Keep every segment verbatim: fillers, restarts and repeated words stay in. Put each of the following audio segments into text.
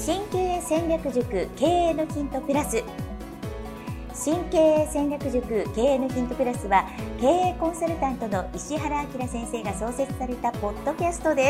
新経営戦略塾経営のヒントプラス。新経営戦略塾経営のヒントプラスは、経営コンサルタントの石原明先生が創設されたポッドキャストです。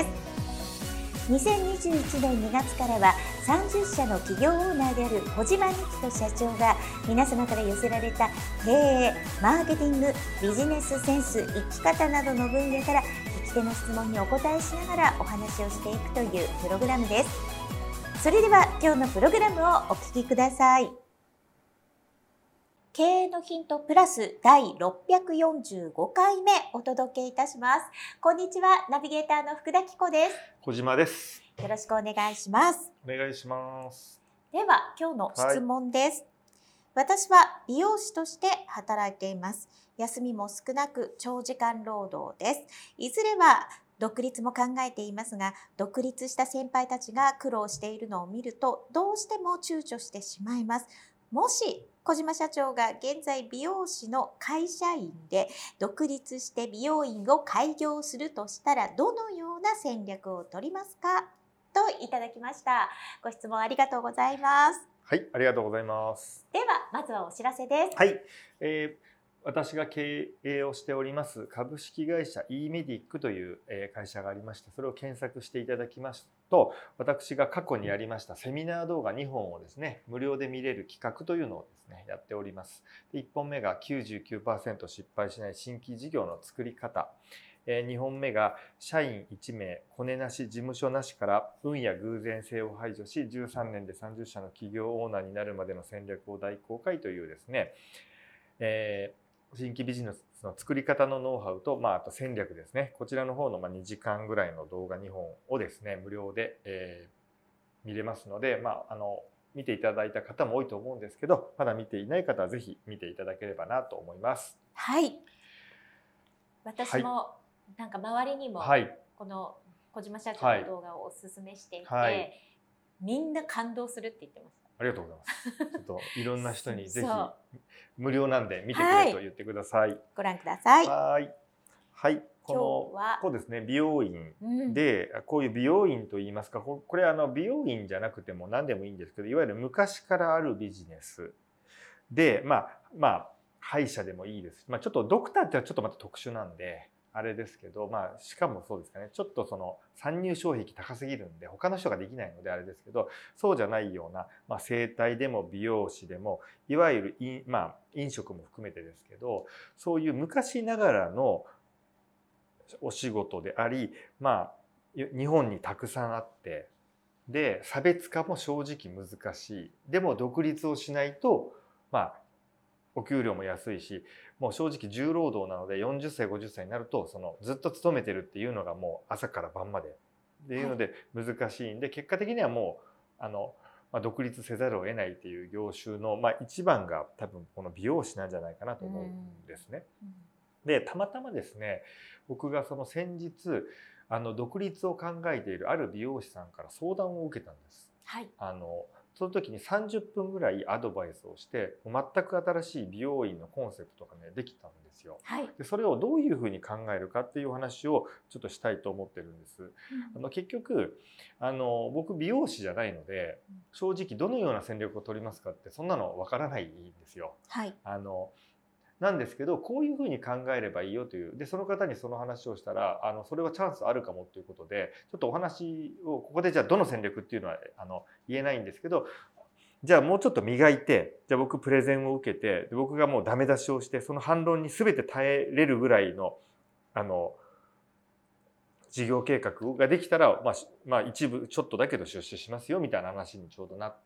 にせんにじゅういちねんにがつからはさんじゅっしゃの企業オーナーである小島美希人社長が、皆様から寄せられた経営、マーケティング、ビジネスセンス、生き方などの分野から聞き手の質問にお答えしながらお話をしていくというプログラムです。それでは今日のプログラムをお聞きください。経営のヒントプラスだいろっぴゃくよんじゅうごかいめお届けいたします。こんにちは、ナビゲーターの福田紀子です。 小島です。 よろしくお願いします。 お願いします。 では今日の質問です。はい、私は美容師として働いています。休みも少なく長時間労働です。いずれは独立も考えていますが、独立した先輩たちが苦労しているのを見るとどうしても躊躇してしまいます。もし小島社長が現在美容師の会社員で独立して美容院を開業するとしたら、どのような戦略を取りますかといただきました。ご質問ありがとうございます。 はい、ありがとうございます。 ではまずはお知らせです。 はい、えー私が経営をしております株式会社 イーメディック という会社がありまして、それを検索していただきますと、私が過去にやりましたセミナー動画にほんをですね、無料で見れる企画というのをですね、やっております。いっぽんめが きゅうじゅうきゅうパーセント 失敗しない新規事業の作り方。にほんめが社員いちめい、コネなし、事務所なしから運や偶然性を排除し、じゅうさんねんでさんじゅっしゃの企業オーナーになるまでの戦略を大公開というですね、えー新規ビジネスの作り方のノウハウと、まあ、あと戦略ですね。こちらの方のにじかんぐらいの動画にほんをですね、無料で、えー、見れますので、まあ、あの、見ていただいた方も多いと思うんですけど、まだ見ていない方はぜひ見ていただければなと思います。 はい。私も、なんか周りにも、この小島社長の動画をお勧めしていて、はいはい、みんな感動するって言ってました。 ありがとうございます。ちょっといろんな人にぜひ無料なんで見てくれと言ってください。はい、 ご覧ください。 はい。はい。このこうですね、美容院で、うん、こういう美容院といいますか、これあの美容院じゃなくても何でもいいんですけど、いわゆる昔からあるビジネスで、まあまあ歯医者でもいいです。まあちょっとドクターってはちょっとまた特殊なんで。あれですけど、まあしかもそうですかね、ちょっとその参入障壁高すぎるんで他の人ができないのであれですけど、そうじゃないような、まあ、整体でも美容師でもいわゆるまあ飲食も含めてですけど、そういう昔ながらのお仕事であり、まあ日本にたくさんあって、で差別化も正直難しい。でも独立をしないとまあお給料も安いし、もう正直重労働なのでよんじゅっさいごじゅっさいになるとそのずっと勤めてるっていうのがもう朝から晩までっていうので難しいんで、結果的にはもうあの、まあ、独立せざるを得ないっていう業種の、まあ、一番が多分この美容師なんじゃないかなと思うんですね。でたまたまですね、僕がその先日あの独立を考えているある美容師さんから相談を受けたんです。 はい、 あのその時にさんじゅっぷんぐらいアドバイスをして、全く新しい美容院のコンセプトがねできたんですよ。 はい、 でそれをどういうふうに考えるかっていう話をちょっとしたいと思ってるんです。うん、あの結局あの僕美容師じゃないので、正直どのような戦略を取りますかってそんなのわからないんですよ。 はい、 あのなんですけど、こういうふうに考えればいいよという。で、その方にその話をしたら、あの、それはチャンスあるかもということで、ちょっとお話を、ここでじゃあどの戦略っていうのは、あの、言えないんですけど、じゃあもうちょっと磨いて、じゃあ僕プレゼンを受けて、で僕がもうダメ出しをして、その反論に全て耐えれるぐらいの、あの、事業計画ができたら、まあ、まあ一部ちょっとだけど出資しますよみたいな話にちょうどなって、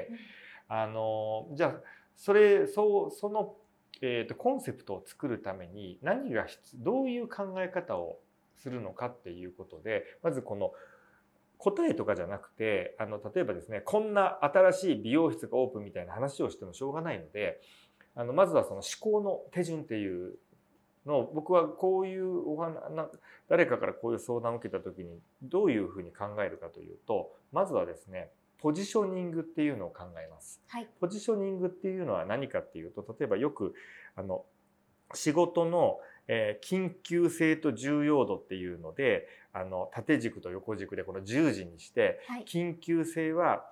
あの、じゃあ、それ、そう、その、えーと、コンセプトを作るために何がどういう考え方をするのかっていうことで、まずこの答えとかじゃなくて、あの例えばですね、こんな新しい美容室がオープンみたいな話をしてもしょうがないので、あのまずはその思考の手順っていうのを、僕はこういうお話、誰かからこういう相談を受けた時にどういうふうに考えるかというと、まずはですね、ポジショニングっていうのを考えます。 はい、 ポジショニングっていうのは何かっていうと、例えばよくあの仕事の、えー、緊急性と重要度っていうので、あの縦軸と横軸でこの十字にして、 はい、 緊急性は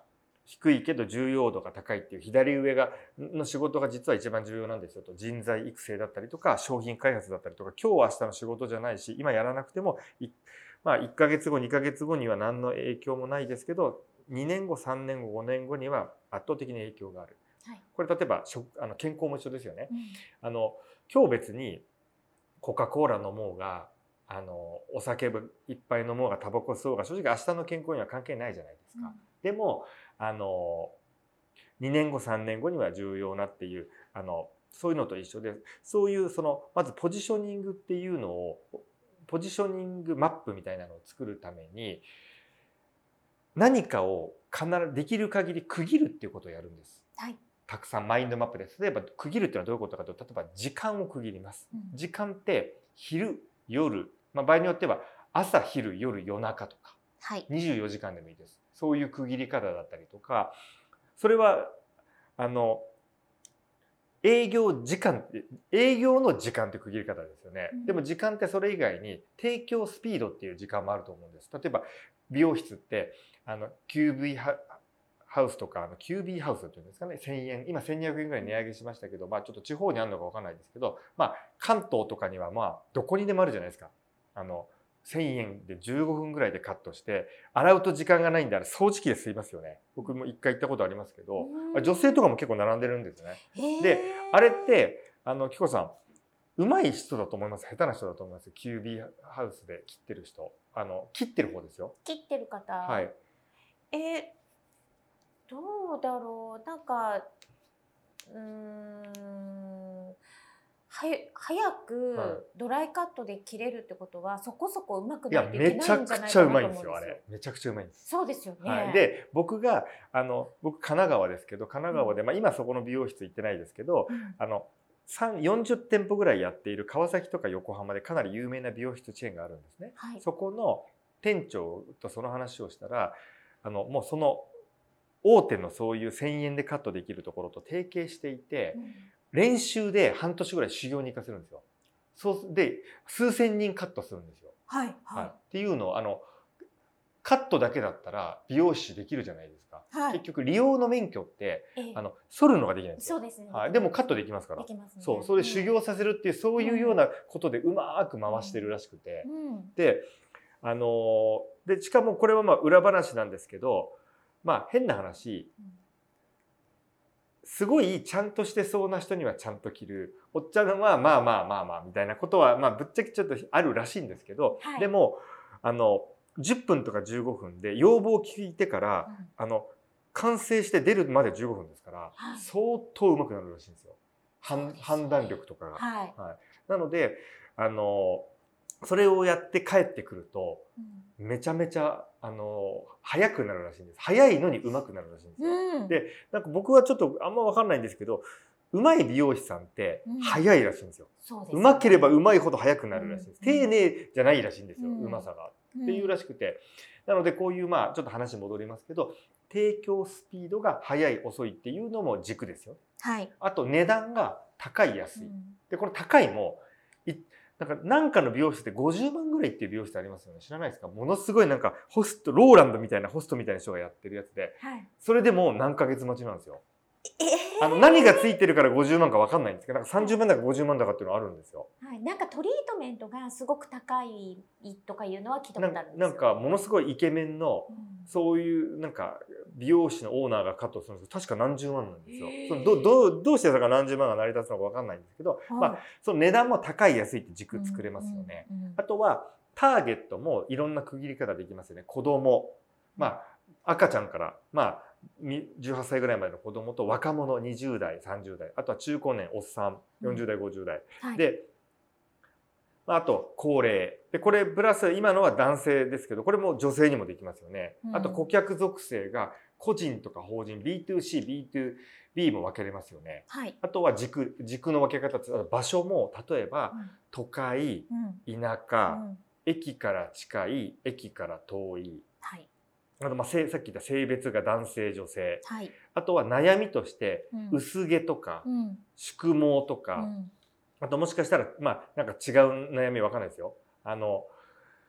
低いけど重要度が高いっていう左上がの仕事が実は一番重要なんですよと。人材育成だったりとか商品開発だったりとか、今日明日の仕事じゃないし、今やらなくてもい、まあ、いっかげつごにかげつごには何の影響もないですけど、にねんごさんねんごごねんごには圧倒的に影響がある。はい、これ例えばあの健康も一緒ですよね。うん、あの今日別にコカ・コーラ飲もうがあのお酒いっぱい飲もうがタバコ吸おうが、正直明日の健康には関係ないじゃないですか。うん、でもあのにねんごさんねんごには重要なっていう、あのそういうのと一緒で、そういうそのまずポジショニングっていうのをポジショニングマップみたいなのを作るために、何かを必ずできる限り区切るっていうことをやるんです。はい、たくさんマインドマップです。例えば区切るっていうのはどういうことかというと、例えば時間を区切ります。うん、時間って昼夜、まあ、場合によっては朝昼夜夜中とか、はい、にじゅうよじかんでもいいです。そういう区切り方だったりとか、それはあの営業時間って営業の時間って区切り方ですよね。うん、でも時間ってそれ以外に提供スピードっていう時間もあると思うんです。例えば美容室ってあの キュービー ハハウスとかあの キュービー ハウスっていうんですかね、せんえん、今せんにひゃくえんぐらい値上げしましたけど、まあちょっと地方にあるのか分かんないですけど、まあ関東とかにはまあどこにでもあるじゃないですか。あのせんえんでじゅうごふんぐらいでカットして、洗うと時間がないんであれ掃除機で吸いますよね。僕も一回行ったことありますけど、女性とかも結構並んでるんですね。であれってあのキコさん上手い人だと思います、下手な人だと思います。キュービー ハウスで切ってる人、あの切ってる方ですよ。 切ってる方、 はい。 えー、どうだろう、なんかうーんは早くドライカットで切れるってことは、はい、そこそこうまくないといけないんじゃないかなと思うんですよ。いやめちゃくちゃうまいんですよあれ。めちゃくちゃうまいんです。そうですよね。 はい、で僕があの僕神奈川ですけど、神奈川で、うん、まあ今そこの美容室行ってないですけど、うん、あのよんじゅってんぽぐらいやっている川崎とか横浜でかなり有名な美容室チェーンがあるんですね。はい、そこの店長とその話をしたら、あのもうその大手のそういうせんえんでカットできるところと提携していて、うん、練習で半年ぐらい修行に行かせるんですよ。そうで数千人カットするんですよ。はいはいはい、っていうのをあのカットだけだったら美容師できるじゃないですか。はい、結局利用の免許って、ええ、あの剃るのができないんですよ。そうですね。はい、でもカットできますから。できますね。そう、それで修行させるっていう、うん、そういうようなことでうまく回してるらしくて、うん、で、あのでしかもこれはまあ裏話なんですけど、まあ変な話。うん、すごいちゃんとしてそうな人にはちゃんと切る、おっちゃんはまあまあまあまあまあみたいなことはまあぶっちゃけちょっとあるらしいんですけど、はい、でもあのじゅっぷんとかじゅうごふんで要望を聞いてから、うん、あの完成して出るまでじゅうごふんですから、はい、相当うまくなるらしいんですよ。判断力とかが。はいはい、なのであのそれをやって帰ってくると、うん、めちゃめちゃあの早くなるらしいんです。早いのに上手くなるらしいんですよ。うん、でなんか僕はちょっとあんま分かんないんですけど、上手い美容師さんって早いらしいんですよ。うん、上手ければ上手いほど早くなるらしいです。うん、丁寧じゃないらしいんですよ、うん、上手さが。っていうらしくて、なのでこういうまあちょっと話戻りますけど、提供スピードが速い遅いっていうのも軸ですよ。はい、あと値段が高い安い。うん、でこの高いもいなんかなんかの美容室ってごじゅうまんぐらいっていう美容室ありますよね。知らないですか？ものすごいなんかホスト、ローランドみたいなホストみたいな人がやってるやつで、はい、それでもう何ヶ月待ちなんですよ。えー、あの何がついてるからごじゅうまんか分かんないんですけど、なんかさんじゅうまんだかごじゅうまんだかっていうのがあるんですよ。 はい、なんかトリートメントがすごく高いとかいうのは聞いたことあるんですよ。 な, なんかものすごいイケメンの、うん、そういうなんか美容師のオーナーがカットするんですけど、確か何十万なんですよ。その ど, ど, どうしてそれが何十万が成り立つのか分かんないんですけど、はい、まあその値段も高い安いって軸作れますよね。うんうんうん、あとはターゲットもいろんな区切り方できますよね。子供、まあ赤ちゃんからまあじゅうはっさいぐらいまでの子供と若者にじゅうだいさんじゅうだい、あとは中高年おっさんよんじゅうだいごじゅうだい、うん、で、はい、あと高齢で、これプラス今のは男性ですけど、これも女性にもできますよね。うん、あと顧客属性が個人とか法人 ビーツーシー、ビーツービー も分けれますよね。はい、あとは軸軸の分け方、場所も例えば、うん、都会、うん、田舎、うん、駅から近い、駅から遠い。はい、あとまあさっき言った性別が男性女性、はい、あとは悩みとして薄毛とか、うん、宿毛とか、うん、あともしかしたらまあなんか違う悩みわかんないですよ。あの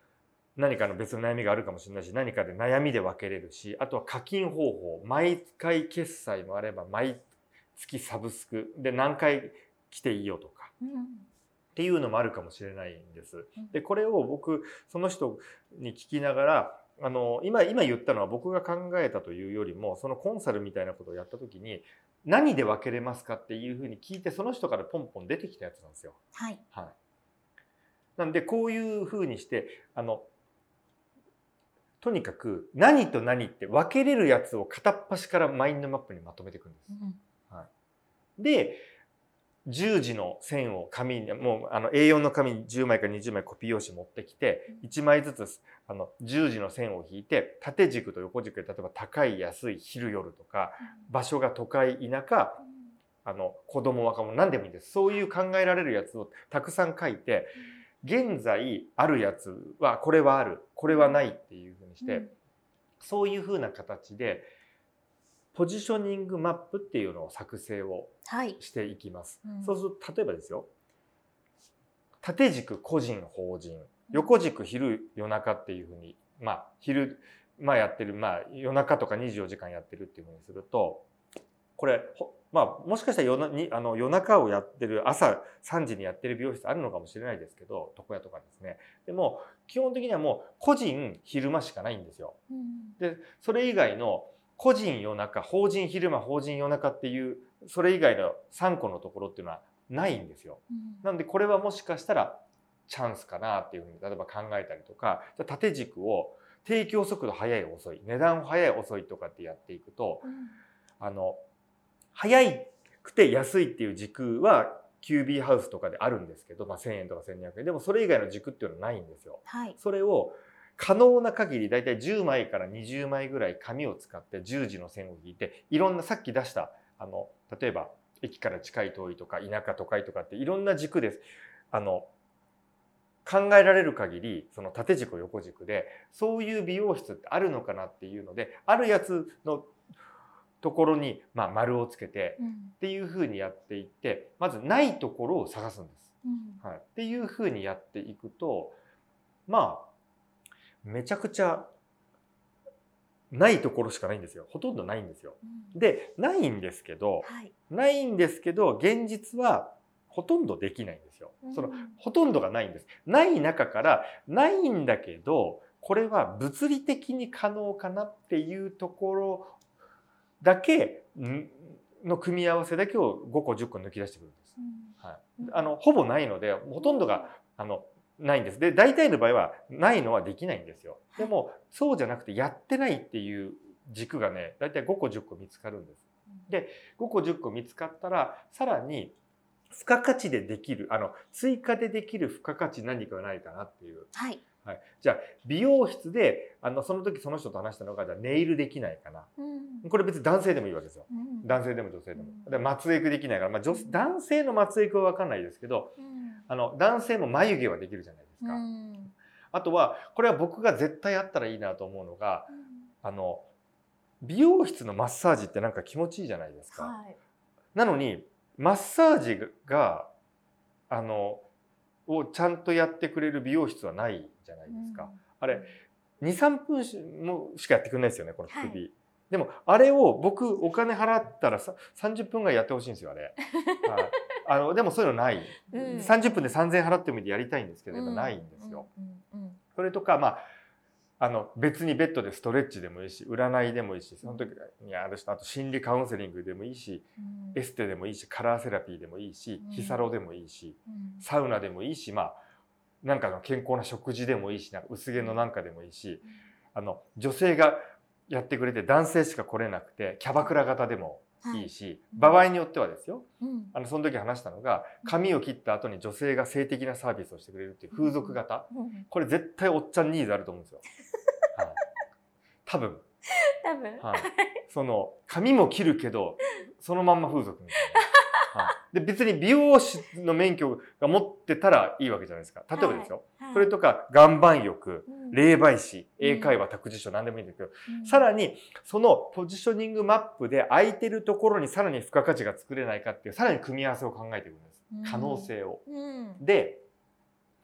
何かの別の悩みがあるかもしれないし、何かで悩みで分けれるし、あとは課金方法、毎回決済もあれば毎月サブスクで何回来ていいよとか、うん、っていうのもあるかもしれないんです。でこれを僕その人に聞きながら、あの 今, 今言ったのは僕が考えたというよりも、そのコンサルみたいなことをやった時に何で分けれますかっていうふうに聞いて、その人からポンポン出てきたやつなんですよ。 はい、 はい、なんでこういうふうにしてあのとにかく何と何って分けれるやつを片っ端からマインドマップにまとめていくんです。うん、はい、で十字の線を紙に、もうあの エーよん の紙にじゅうまいかにじゅうまいコピー用紙持ってきて、いちまいずつあの十字の線を引いて、縦軸と横軸で例えば高い安い昼夜とか、場所が都会田舎、あの子供若者何でもいいです。そういう考えられるやつをたくさん書いて、現在あるやつはこれはある、これはないっていうふうにして、そういうふうな形でポジショニングマップっていうのを作成をしていきます。はい、うん、そうすると例えばですよ、縦軸個人法人、横軸昼夜中っていうふうに、まあ昼まあやってる、まあ夜中とかにじゅうよじかんやってるっていうふうにすると、これまあもしかしたら夜なにあの夜中をやってる、朝さんじにやってる美容室あるのかもしれないですけど、床屋とかですね。でも基本的にはもう個人昼間しかないんですよ。うん、でそれ以外の個人夜中、法人昼間、法人夜中っていうそれ以外のさんこのところっていうのはないんですよ。うん、なんでこれはもしかしたらチャンスかなっていうふうに例えば考えたりとか、じゃ縦軸を提供速度速い遅い、値段速い遅いとかってやっていくと、うん、あの速くて安いっていう軸はキュービーハウスとかであるんですけど、まあ、せんえんとかせんにひゃくえんでもそれ以外の軸っていうのはないんですよ。はい、それを可能な限りだいたいじゅうまいからにじゅうまいぐらい紙を使って十字の線を引いて、いろんなさっき出したあの例えば駅から近い遠いとか田舎都会とかっていろんな軸です。あの考えられる限りその縦軸横軸でそういう美容室ってあるのかなっていうので、あるやつのところにまあ丸をつけてっていうふうにやっていって、まずないところを探すんです。うん、はい、っていうふうにやっていくと、まあめちゃくちゃないところしかないんですよ。ほとんどないんですよ。うん、でないんですけど、はい、ないんですけど現実はほとんどできないんですよ。うん、そのほとんどがないんです。ない中からないんだけど、これは物理的に可能かなっていうところだけの組み合わせだけをごこじゅっこ抜き出してくるんです。うん、はい、あのほぼないので、ほとんどがあのないんです。で大体の場合はないのはできないんですよ。でもそうじゃなくてやってないっていう軸がね、大体ごこじゅっこ見つかるんです。でごこじゅっこ見つかったら、さらに付加価値でできる、あの追加でできる付加価値何かないかなっていう。はいはい、じゃあ美容室であのその時その人と話したのが、じゃあネイルできないかな、うん、これ別に男性でもいいわけですよ、うん、男性でも女性でも、でまつエクできないから、まあ、女男性のまつエクは分かんないですけど、うん、あの男性も眉毛はできるじゃないですか、うん、あとはこれは僕が絶対あったらいいなと思うのが、うん、あの美容室のマッサージってなんか気持ちいいじゃないですか、はい、なのにマッサージがあのをちゃんとやってくれる美容室はないじゃないですか、うん、あれ にさんぷんしかやってくれないですよね、この首、はい、でもあれを僕お金払ったらささんじゅっぷんぐらいやってほしいんですよ、あれ、はい、あのでもそういうのない、うん、さんじゅっぷんでさんぜんえん払ってもいいでやりたいんですけど、やっぱないんですよ、うんうんうん、それとかまああの別にベッドでストレッチでもいいし、占いでもいいし、その時にある人、あと心理カウンセリングでもいいし、うん、エステでもいいし、カラーセラピーでもいいし、ヒサロでもいいし、うん、サウナでもいいし、まあなんかの健康な食事でもいいし、なんか薄毛のなんかでもいいし、うん、あの女性がやってくれて男性しか来れなくてキャバクラ型でもいいし、はい、場合によってはですよ、うん、あのその時話したのが、髪を切った後に女性が性的なサービスをしてくれるっていう風俗型、うん、これ絶対おっちゃんニーズあると思うんですよ、はい、多分多分、 はい、その髪も切るけどそのまんま風俗みたいな、はい、で別に美容師の免許が持ってたらいいわけじゃないですか。例えばですよ、はいはい、それとか岩盤浴、うん、霊媒師、英会話、託児所、何でもいいんですけど、うん、さらにそのポジショニングマップで空いてるところにさらに付加価値が作れないかっていう、さらに組み合わせを考えていくんです、可能性を、うん、で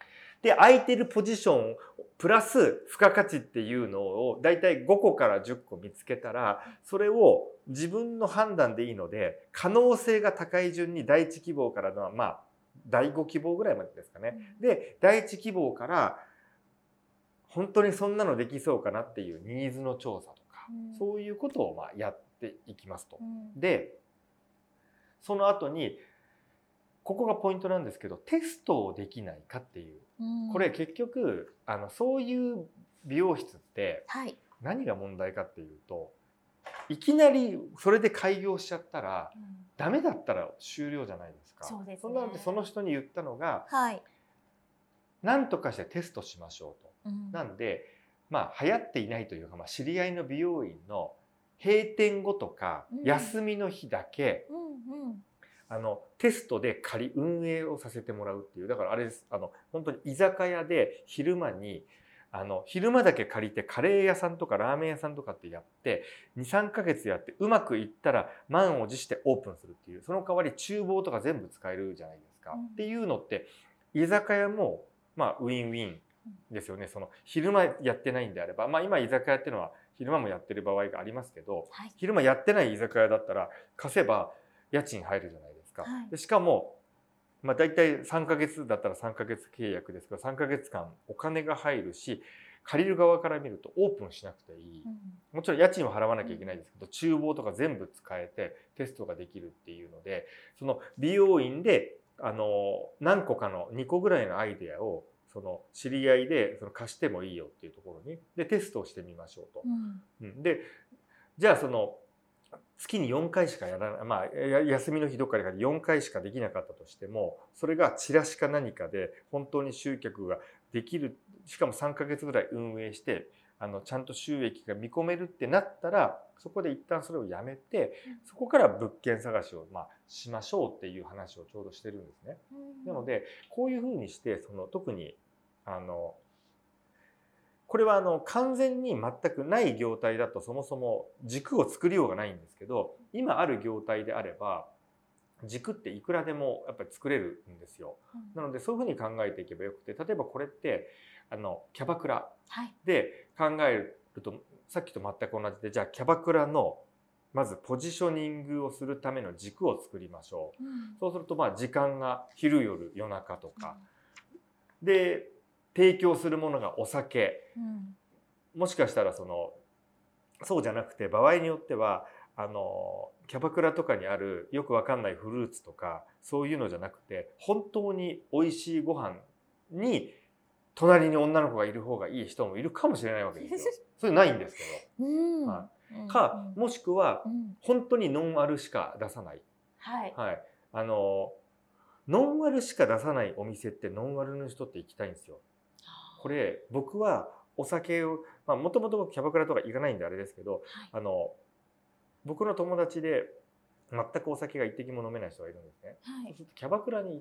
で空いてるポジションプラス付加価値っていうのをだいたいごこからじゅっこ見つけたら、それを自分の判断でいいので、可能性が高い順に第一希望からのまあだいご希望ぐらいまでですかね。で第一希望から本当にそんなのできそうかなっていうニーズの調査とか、そういうことをまあやっていきますと。でその後にここがポイントなんですけど、テストをできないかっていう、これ結局あのそういう美容室って何が問題かっていうと、いきなりそれで開業しちゃったら、うん、ダメだったら終了じゃないですか。 そうですね。 そんなのでその人に言ったのが、 はい、 何とかしてテストしましょうと。うん、なんでまあ流行っていないというか、まあ、知り合いの美容院の閉店後とか、うん、休みの日だけ、うんうん、あのテストで仮運営をさせてもらうっていう、だからあれです、あの本当に居酒屋で昼間にあの昼間だけ借りてカレー屋さんとかラーメン屋さんとかってやって にさんかげつやってうまくいったら満を持してオープンするっていう、その代わり厨房とか全部使えるじゃないですか、うん、っていうのって居酒屋もまあウィンウィンですよね。その昼間やってないんであれば、まあ今居酒屋っていうのは昼間もやってる場合がありますけど、はい、昼間やってない居酒屋だったら貸せば家賃入るじゃないですか、はい、でしかもまあ、大体さんかげつだったらさんかげつ契約ですけど、さんかげつかんお金が入るし、借りる側から見るとオープンしなくていい、うん、もちろん家賃を払わなきゃいけないですけど、厨房とか全部使えてテストができるっていうので、その美容院であの何個かのにこぐらいのアイデアをその知り合いでその貸してもいいよっていうところにでテストをしてみましょうと。うん、でじゃあその月によんかいしかやらない、まあ休みの日どっかでよんかいしかできなかったとしても、それがチラシか何かで本当に集客ができる、しかもさんかげつぐらい運営してあのちゃんと収益が見込めるってなったら、そこで一旦それをやめて、そこから物件探しをまあしましょうっていう話をちょうどしてるんですね。なのでこういうふうにしてその特にあのこれはあの完全に全くない業態だとそもそも軸を作りようがないんですけど、今ある業態であれば軸っていくらでもやっぱり作れるんですよ。なのでそういうふうに考えていけばよくて、例えばこれってあのキャバクラで考えるとさっきと全く同じで、じゃあキャバクラのまずポジショニングをするための軸を作りましょう。うん、そうするとまあ時間が昼夜夜中とか、うん、で提供するものがお酒、うん、もしかしたらそのそうじゃなくて場合によってはあのキャバクラとかにあるよくわかんないフルーツとかそういうのじゃなくて、本当に美味しいご飯に隣に女の子がいる方がいい人もいるかもしれないわけですよ。それないんですけど、うんはい、かもしくは本当にノンアルしか出さない、はいはい、あのノンアルしか出さないお店ってノンアルの人って行きたいんですよ。これ僕はお酒をもともとキャバクラとか行かないんであれですけど、はい、あの僕の友達で全くお酒が一滴も飲めない人がいるんですね。はい、そうするとキャバクラに行って、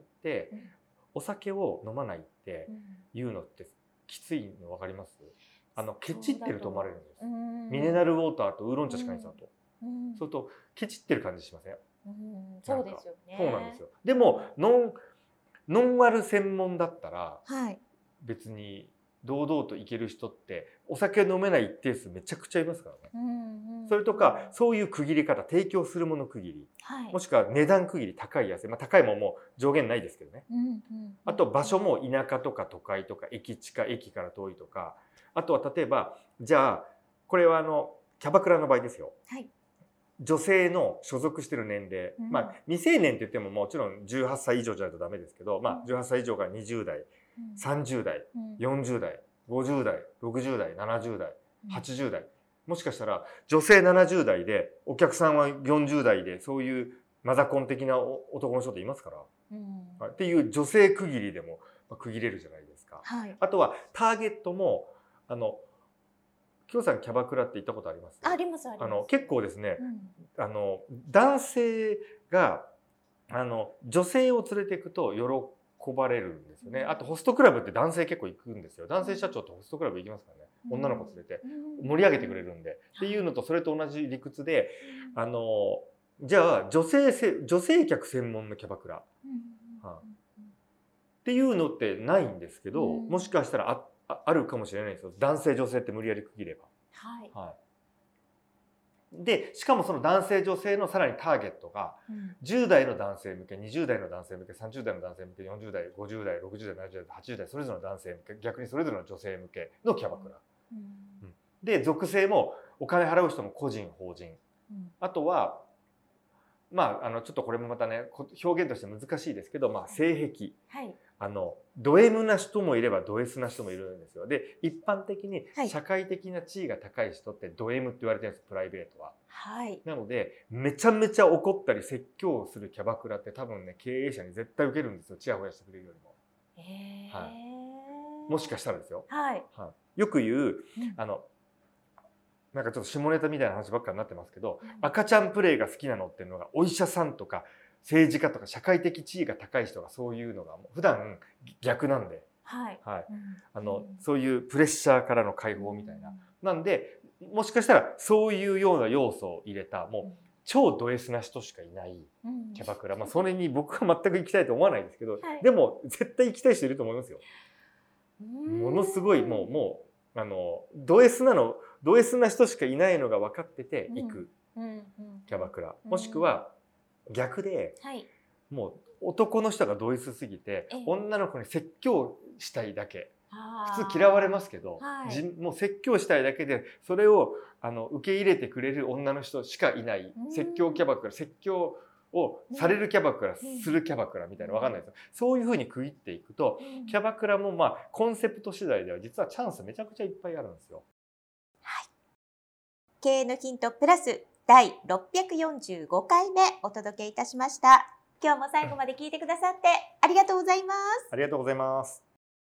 うん、お酒を飲まないっていうのってきついの分かります？あのケチってると思われるんです。ミネラルウォーターとウーロン茶しかないんですよと。そうするとケチってる感じしません？うん、 そうですよね。 そうなんですよ。でもノンノンアル専門だったら、はい、別に堂々といける人ってお酒飲めない一定数めちゃくちゃいますからね。うんうん、それとかそういう区切り方、提供するもの区切り、はい、もしくは値段区切り、高い安い、まあ、高いももう上限ないですけどね、うんうんうん、あと場所も田舎とか都会とか駅近、駅から遠いとか、あとは例えばじゃあこれはあのキャバクラの場合ですよ、はい、女性の所属してる年齢、うん、まあ未成年って言ってももちろんじゅうはっさい以上じゃないとダメですけど、まあ、じゅうはっさい以上からにじゅうだい、さんじゅうだい、よんじゅうだい、ごじゅうだい、ろくじゅうだい、ななじゅうだい、はちじゅうだい、もしかしたら女性ななじゅうだいでお客さんはよんじゅうだいで、そういうマザコン的な男の人っていますから、うん、っていう女性区切りでも区切れるじゃないですか。はい、あとはターゲットもあのきょうさんキャバクラって行ったことあります？ ありますあります。 あの結構ですね、うん、あの男性があの女性を連れていくと喜ばれるんですよね。あとホストクラブって男性結構行くんですよ。男性社長とホストクラブ行きますからね。女の子連れて盛り上げてくれるんで、っていうのとそれと同じ理屈で、あのじゃあ女性せ女性客専門のキャバクラ、はあ、 っていうのってないんですけど、うん、もしかしたら あ, あ, あるかもしれないですよ。男性女性って無理やり区切れば。 はいはい、でしかもその男性女性のさらにターゲットが、うん、じゅう代の男性向け、にじゅう代の男性向け、さんじゅう代の男性向け、よんじゅう代、ごじゅう代、ろくじゅう代、ななじゅう代、はちじゅう代それぞれの男性向け、逆にそれぞれの女性向けのキャバクラ、うんうん、で属性もお金払う人も個人法人、うん、あとはまああのちょっとこれもまたね表現として難しいですけど、まあ、性癖、はい、あのド M な人もいればド S な人もいるんですよ。で一般的に社会的な地位が高い人ってド M って言われてるんです、プライベートは。はい、なのでめちゃめちゃ怒ったり説教をするキャバクラって多分ね経営者に絶対受けるんですよ、チヤホヤしてくれるよりも。へー、はい、もしかしたらですよ。はいはい、よく言う、うん、あのなんかちょっと下ネタみたいな話ばっかりになってますけど、うん、赤ちゃんプレイが好きなのっていうのがお医者さんとか政治家とか社会的地位が高い人がそういうのがもう普段逆なんで、はいはい、うん、あのそういうプレッシャーからの解放みたいな、うん、なんでもしかしたらそういうような要素を入れたもう超ド S な人しかいないキャバクラ、うん、まあ、それに僕は全く行きたいと思わないですけど、はい、でも絶対行きたい人いると思いますよ。ものすごいもうもうあのド S なのド S な人しかいないのが分かってて行くキャバクラ、もしくは逆で、はい、もう男の人がド S すぎて女の子に説教したいだけ、普通嫌われますけど、はい、もう説教したいだけでそれをあの受け入れてくれる女の人しかいない説教キャバクラ、説教をされるキャバクラ、するキャバクラみたいなの分かんないですよ。そういうふうに区切っていくとキャバクラもまあコンセプト次第では実はチャンスめちゃくちゃいっぱいあるんですよ。 はい、経営のヒントプラスだいろっぴゃくよんじゅうごかいめお届けいたしました。今日も最後まで聞いてくださってありがとうございます。 ありがとうございます。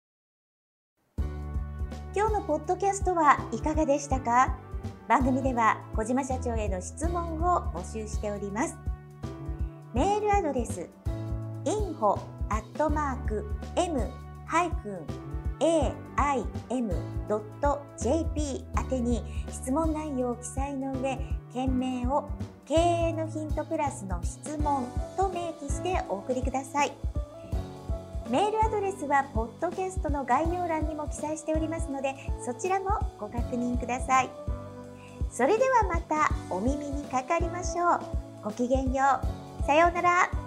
今日のポッドキャストはいかがでしたか？番組では小島社長への質問を募集しております。メールアドレス インフォ アットマーク エム ハイフン エーアイエム ドット ジェーピー 宛てに質問内容を記載の上、件名を経営のヒントプラスの質問と明記してお送りください。メールアドレスはポッドキャストの概要欄にも記載しておりますので、そちらもご確認ください。それではまたお耳にかかりましょう。ごきげんよう。さようなら。